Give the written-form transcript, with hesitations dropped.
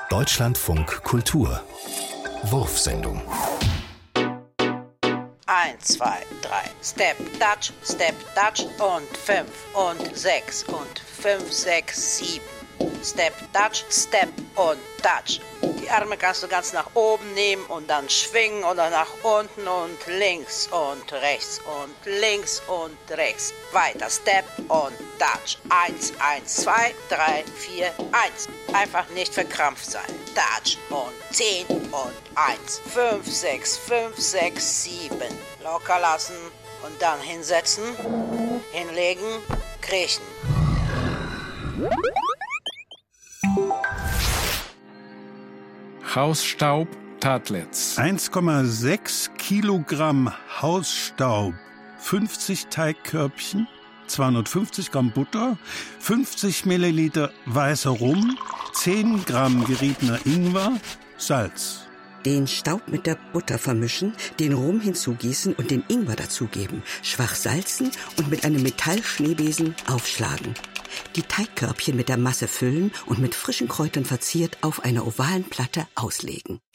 Deutschlandfunk Kultur Wurfsendung. 1, 2, 3, Step, Dutch und 5 und 6 und 5, 6, 7. Step, Step und Dutch. Die Arme kannst du ganz nach oben nehmen und dann schwingen oder nach unten und links und rechts und links und rechts. Weiter Step und Dutch. 1, 1, 2, 3, 4, 1. Einfach nicht verkrampft sein. Dutch und 10 und 1. 5, 6, 5, 6, 7. Locker lassen und dann hinsetzen, hinlegen, kriechen. Hausstaub Tatlets. 1,6 Kilogramm Hausstaub, 50 Teigkörbchen, 250 Gramm Butter, 50 Milliliter weißer Rum, 10 Gramm geriebener Ingwer, Salz. Den Staub mit der Butter vermischen, den Rum hinzugießen und den Ingwer dazugeben, schwach salzen und mit einem Metallschneebesen aufschlagen. Die Teigkörbchen mit der Masse füllen und mit frischen Kräutern verziert auf einer ovalen Platte auslegen.